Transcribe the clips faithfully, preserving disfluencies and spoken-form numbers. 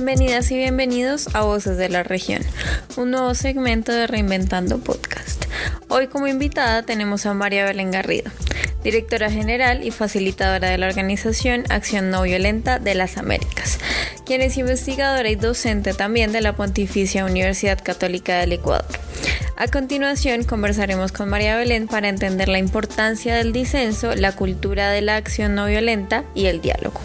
Bienvenidas y bienvenidos a Voces de la Región, un nuevo segmento de Reinventando Podcast. Hoy como invitada tenemos a María Belén Garrido, directora general y facilitadora de la organización Acción No Violenta de las Américas, quien es investigadora y docente también de la Pontificia Universidad Católica del Ecuador. A continuación conversaremos con María Belén para entender la importancia del disenso, la cultura de la acción no violenta y el diálogo.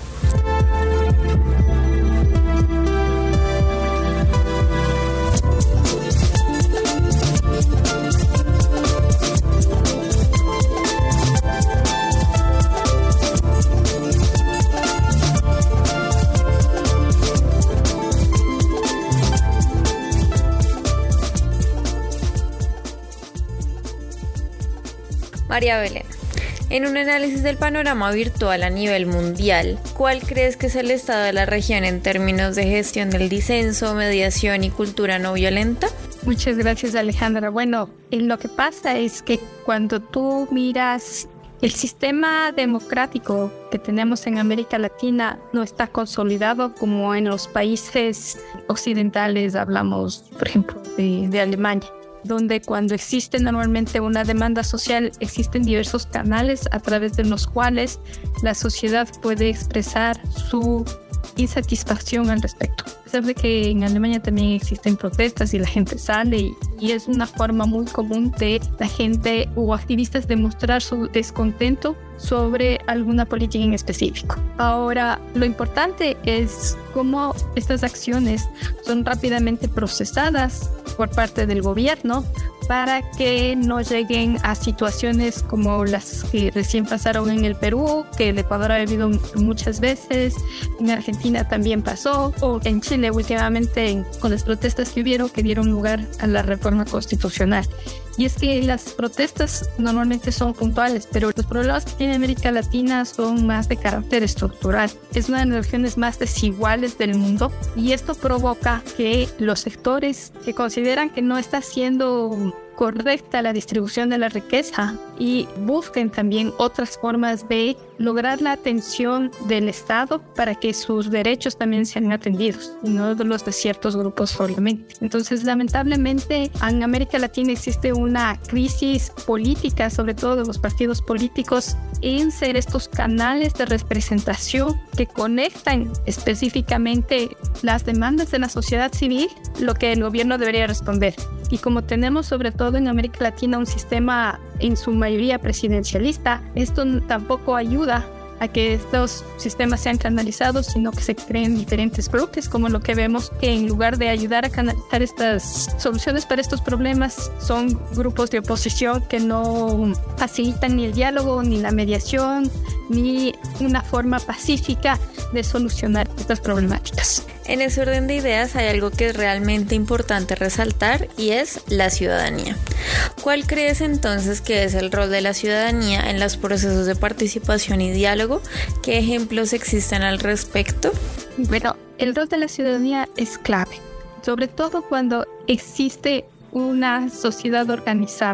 María Belén, en un análisis del panorama virtual a nivel mundial, ¿cuál crees que es el estado de la región en términos de gestión del disenso, mediación y cultura no violenta? Muchas gracias, Alejandra. Bueno, lo que pasa es que cuando tú miras el sistema democrático que tenemos en América Latina no está consolidado como en los países occidentales, hablamos, por ejemplo, de, de Alemania, donde cuando existe normalmente una demanda social, existen diversos canales a través de los cuales la sociedad puede expresar su insatisfacción al respecto. A pesar de que en Alemania también existen protestas y la gente sale y, y es una forma muy común de la gente o activistas demostrar su descontento sobre alguna política en específico. Ahora, lo importante es cómo estas acciones son rápidamente procesadas por parte del gobierno para que no lleguen a situaciones como las que recién pasaron en el Perú, que el Ecuador ha vivido muchas veces, en Argentina también pasó, o en Chile últimamente con las protestas que hubieron que dieron lugar a la reforma constitucional. Y es que las protestas normalmente son puntuales, pero los problemas que tiene América Latina son más de carácter estructural. Es una de las regiones más desiguales del mundo y esto provoca que los sectores que consideran que no está siendo correcta la distribución de la riqueza y busquen también otras formas de lograr la atención del Estado para que sus derechos también sean atendidos y no los de ciertos grupos solamente. Entonces, lamentablemente, en América Latina existe una crisis política, sobre todo de los partidos políticos, en ser estos canales de representación que conectan específicamente las demandas de la sociedad civil, lo que el gobierno debería responder. Y como tenemos sobre todo en América Latina un sistema en su mayoría presidencialista, esto tampoco ayuda a que estos sistemas sean canalizados, sino que se creen diferentes bloques, como lo que vemos que en lugar de ayudar a canalizar estas soluciones para estos problemas, son grupos de oposición que no facilitan ni el diálogo, ni la mediación, ni una forma pacífica de solucionar estas problemáticas. En ese orden de ideas hay algo que es realmente importante resaltar y es la ciudadanía. ¿Cuál crees entonces que es el rol de la ciudadanía en los procesos de participación y diálogo? ¿Qué ejemplos existen al respecto? Bueno, el rol de la ciudadanía es clave, sobre todo cuando existe una sociedad organizada,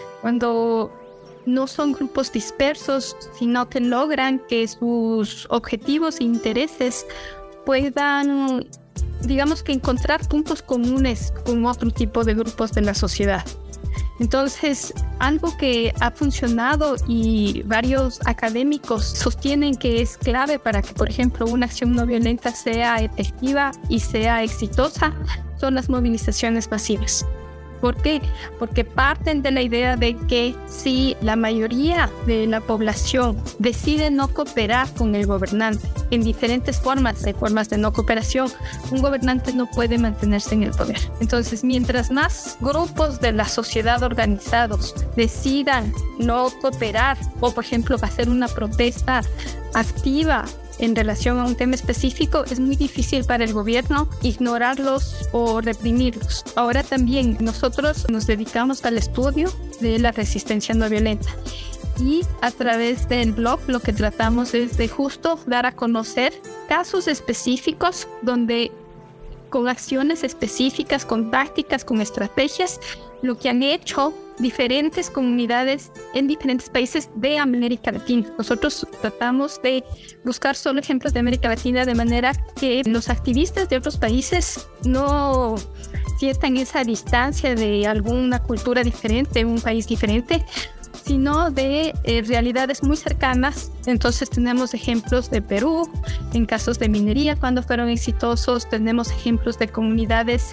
cuando no son grupos dispersos, sino que logran que sus objetivos e intereses puedan, digamos que encontrar puntos comunes con otro tipo de grupos de la sociedad. Entonces, algo que ha funcionado y varios académicos sostienen que es clave para que, por ejemplo, una acción no violenta sea efectiva y sea exitosa, son las movilizaciones masivas. ¿Por qué? Porque parten de la idea de que si la mayoría de la población decide no cooperar con el gobernante en diferentes formas, hay formas de no cooperación, un gobernante no puede mantenerse en el poder. Entonces, mientras más grupos de la sociedad organizados decidan no cooperar o, por ejemplo, hacer una protesta activa en relación a un tema específico, es muy difícil para el gobierno ignorarlos o reprimirlos. Ahora también nosotros nos dedicamos al estudio de la resistencia no violenta y a través del blog lo que tratamos es de justo dar a conocer casos específicos donde con acciones específicas, con tácticas, con estrategias, lo que han hecho diferentes comunidades en diferentes países de América Latina. Nosotros tratamos de buscar solo ejemplos de América Latina de manera que los activistas de otros países no sientan esa distancia de alguna cultura diferente, un país diferente, sino de eh, realidades muy cercanas. Entonces tenemos ejemplos de Perú, en casos de minería cuando fueron exitosos, tenemos ejemplos de comunidades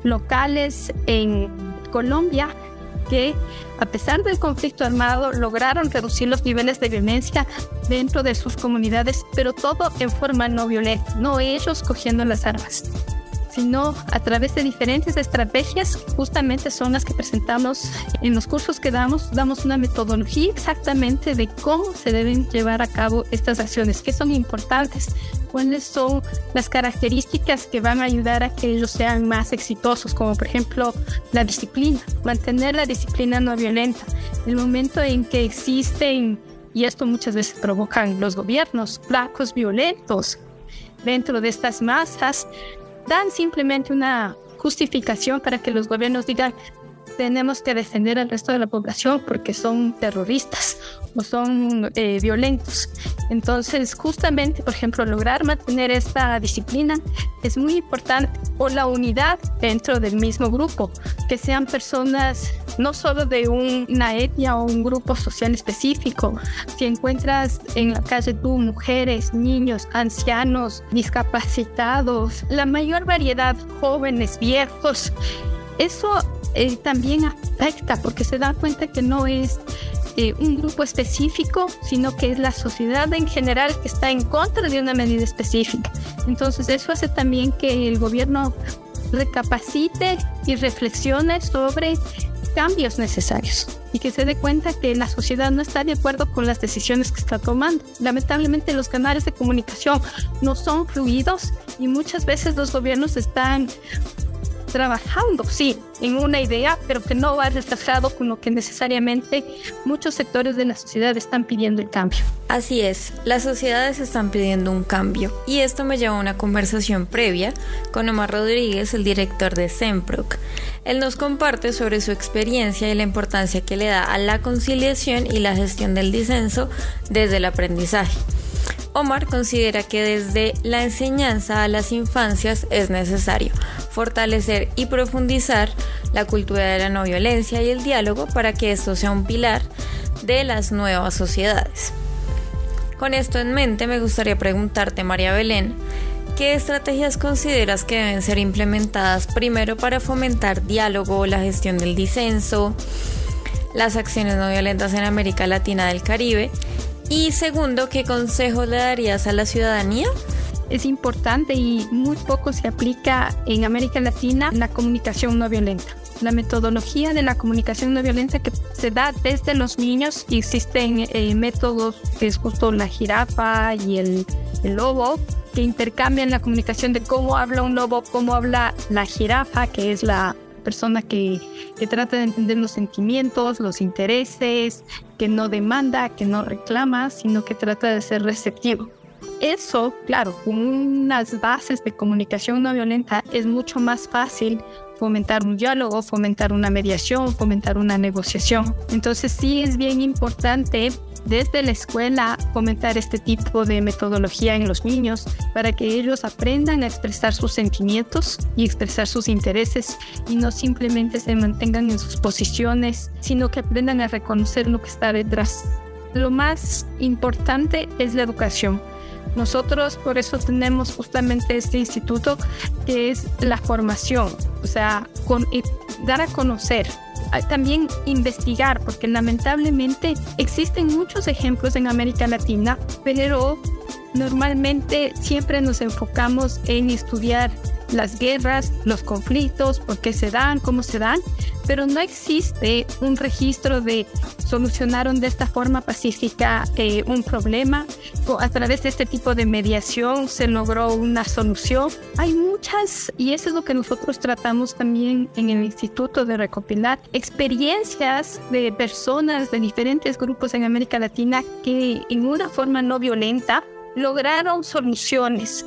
locales en Colombia que a pesar del conflicto armado lograron reducir los niveles de violencia dentro de sus comunidades, pero todo en forma no violenta, no ellos cogiendo las armas, sino a través de diferentes estrategias, justamente son las que presentamos en los cursos que damos. Damos una metodología exactamente de cómo se deben llevar a cabo estas acciones, qué son importantes, cuáles son las características que van a ayudar a que ellos sean más exitosos, como por ejemplo la disciplina, mantener la disciplina no violenta. El momento en que existen, y esto muchas veces provocan los gobiernos, flacos violentos dentro de estas masas, dan simplemente una justificación para que los gobiernos digan tenemos que defender al resto de la población porque son terroristas o son eh, violentos. Entonces, justamente, por ejemplo, lograr mantener esta disciplina es muy importante, o la unidad dentro del mismo grupo, que sean personas no solo de una etnia o un grupo social específico. Si encuentras en la calle tú mujeres, niños, ancianos, discapacitados, la mayor variedad, jóvenes, viejos, eso eh, también afecta porque se da cuenta que no es eh, un grupo específico, sino que es la sociedad en general que está en contra de una medida específica. Entonces eso hace también que el gobierno recapacite y reflexione sobre cambios necesarios y que se dé cuenta que la sociedad no está de acuerdo con las decisiones que está tomando. Lamentablemente los canales de comunicación no son fluidos y muchas veces los gobiernos están trabajando, sí, en una idea, pero que no va reflejado con lo que necesariamente muchos sectores de la sociedad están pidiendo el cambio. Así es, las sociedades están pidiendo un cambio y esto me lleva a una conversación previa con Omar Rodríguez, el director de SEMPROC. Él nos comparte sobre su experiencia y la importancia que le da a la conciliación y la gestión del disenso desde el aprendizaje. Omar considera que desde la enseñanza a las infancias es necesario fortalecer y profundizar la cultura de la no violencia y el diálogo para que esto sea un pilar de las nuevas sociedades. Con esto en mente, me gustaría preguntarte, María Belén, ¿qué estrategias consideras que deben ser implementadas primero para fomentar diálogo, la gestión del disenso, las acciones no violentas en América Latina del Caribe? Y segundo, ¿qué consejos le darías a la ciudadanía? Es importante y muy poco se aplica en América Latina la comunicación no violenta. La metodología de la comunicación no violenta que se da desde los niños, y existen eh, métodos que es justo la jirafa y el, el lobo, que intercambian la comunicación de cómo habla un lobo, cómo habla la jirafa, que es la persona que, que trata de entender los sentimientos, los intereses, que no demanda, que no reclama, sino que trata de ser receptivo. Eso, claro, con unas bases de comunicación no violenta es mucho más fácil fomentar un diálogo, fomentar una mediación, fomentar una negociación. Entonces sí es bien importante desde la escuela fomentar este tipo de metodología en los niños para que ellos aprendan a expresar sus sentimientos y expresar sus intereses y no simplemente se mantengan en sus posiciones, sino que aprendan a reconocer lo que está detrás. Lo más importante es la educación. Nosotros por eso tenemos justamente este instituto que es la formación, o sea, con, dar a conocer, también investigar, porque lamentablemente existen muchos ejemplos en América Latina, pero normalmente siempre nos enfocamos en estudiar las guerras, los conflictos, por qué se dan, cómo se dan, pero no existe un registro de solucionaron de esta forma pacífica eh, un problema, o a través de este tipo de mediación se logró una solución. Hay muchas, y eso es lo que nosotros tratamos también en el instituto, de recopilar experiencias de personas de diferentes grupos en América Latina que en una forma no violenta lograron soluciones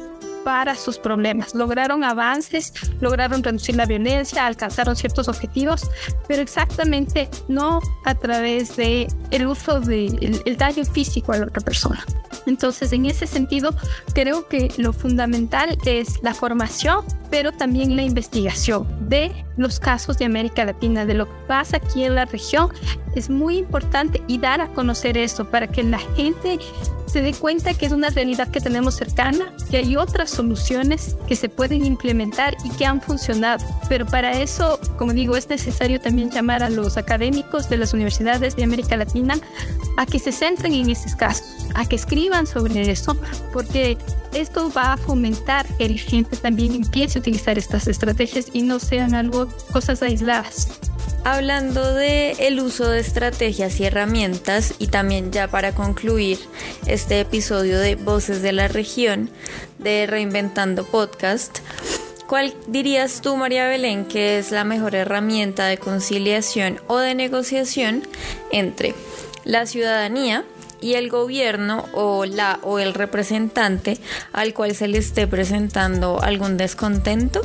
para sus problemas. Lograron avances, lograron reducir la violencia, alcanzaron ciertos objetivos, pero exactamente no a través de el uso del de el daño físico a la otra persona. Entonces, en ese sentido, creo que lo fundamental es la formación, pero también la investigación de los casos de América Latina, de lo que pasa aquí en la región. Es muy importante y dar a conocer eso para que la gente se dé cuenta que es una realidad que tenemos cercana, que hay otras soluciones que se pueden implementar y que han funcionado. Pero para eso, como digo, es necesario también llamar a los académicos de las universidades de América Latina a que se centren en esos casos, a que escriban sobre eso, porque esto va a fomentar que la gente también empiece a utilizar estas estrategias y no sean algo, cosas aisladas. Hablando de el uso de estrategias y herramientas, y también ya para concluir este episodio de Voces de la Región de Reinventando Podcast, ¿cuál dirías tú, María Belén, que es la mejor herramienta de conciliación o de negociación entre la ciudadanía y el gobierno o la o el representante al cual se le esté presentando algún descontento?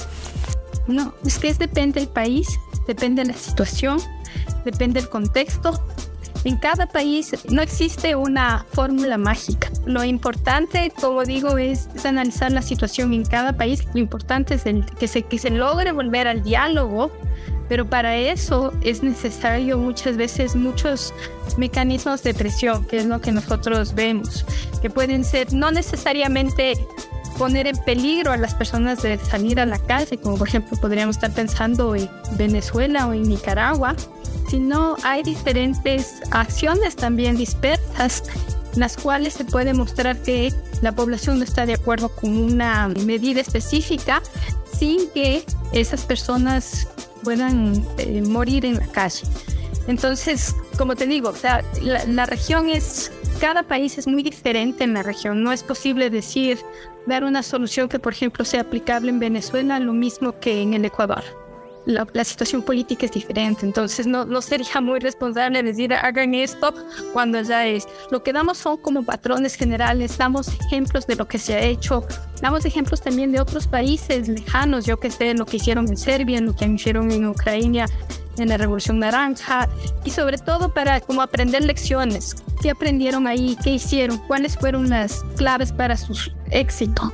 No, es que es, depende del país, depende de la situación, depende del contexto. En cada país no existe una fórmula mágica. Lo importante, como digo, es, es analizar la situación en cada país. Lo importante es el, que, se, que se logre volver al diálogo, pero para eso es necesario muchas veces muchos mecanismos de presión, que es lo que nosotros vemos, que pueden ser no necesariamente poner en peligro a las personas de salir a la calle, como por ejemplo podríamos estar pensando en Venezuela o en Nicaragua, sino hay diferentes acciones también dispersas en las cuales se puede mostrar que la población no está de acuerdo con una medida específica sin que esas personas puedan eh, morir en la calle. Entonces, como te digo, o sea, la, la región es, cada país es muy diferente en la región. No es posible decir, dar una solución que, por ejemplo, sea aplicable en Venezuela, lo mismo que en el Ecuador. La, la situación política es diferente, entonces no, no sería muy responsable decir hagan esto cuando ya es. Lo que damos son como patrones generales, damos ejemplos de lo que se ha hecho, damos ejemplos también de otros países lejanos, yo que sé, lo que hicieron en Serbia, lo que hicieron en Ucrania, en la Revolución Naranja, y sobre todo para como aprender lecciones. ¿Qué aprendieron ahí? ¿Qué hicieron? ¿Cuáles fueron las claves para su éxito?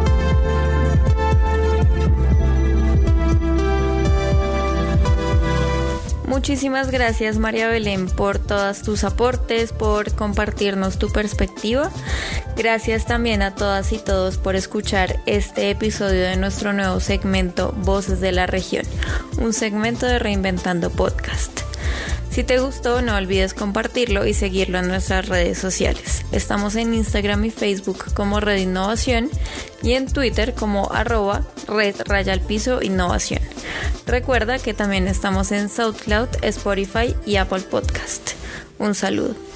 Muchísimas gracias, María Belén, por todos tus aportes, por compartirnos tu perspectiva. Gracias también a todas y todos por escuchar este episodio de nuestro nuevo segmento Voces de la Región, un segmento de Reinventando Podcast. Si te gustó, no olvides compartirlo y seguirlo en nuestras redes sociales. Estamos en Instagram y Facebook como Red Innovación y en Twitter como arroba Red Raya al Piso Innovación. Recuerda que también estamos en SoundCloud, Spotify y Apple Podcast. Un saludo.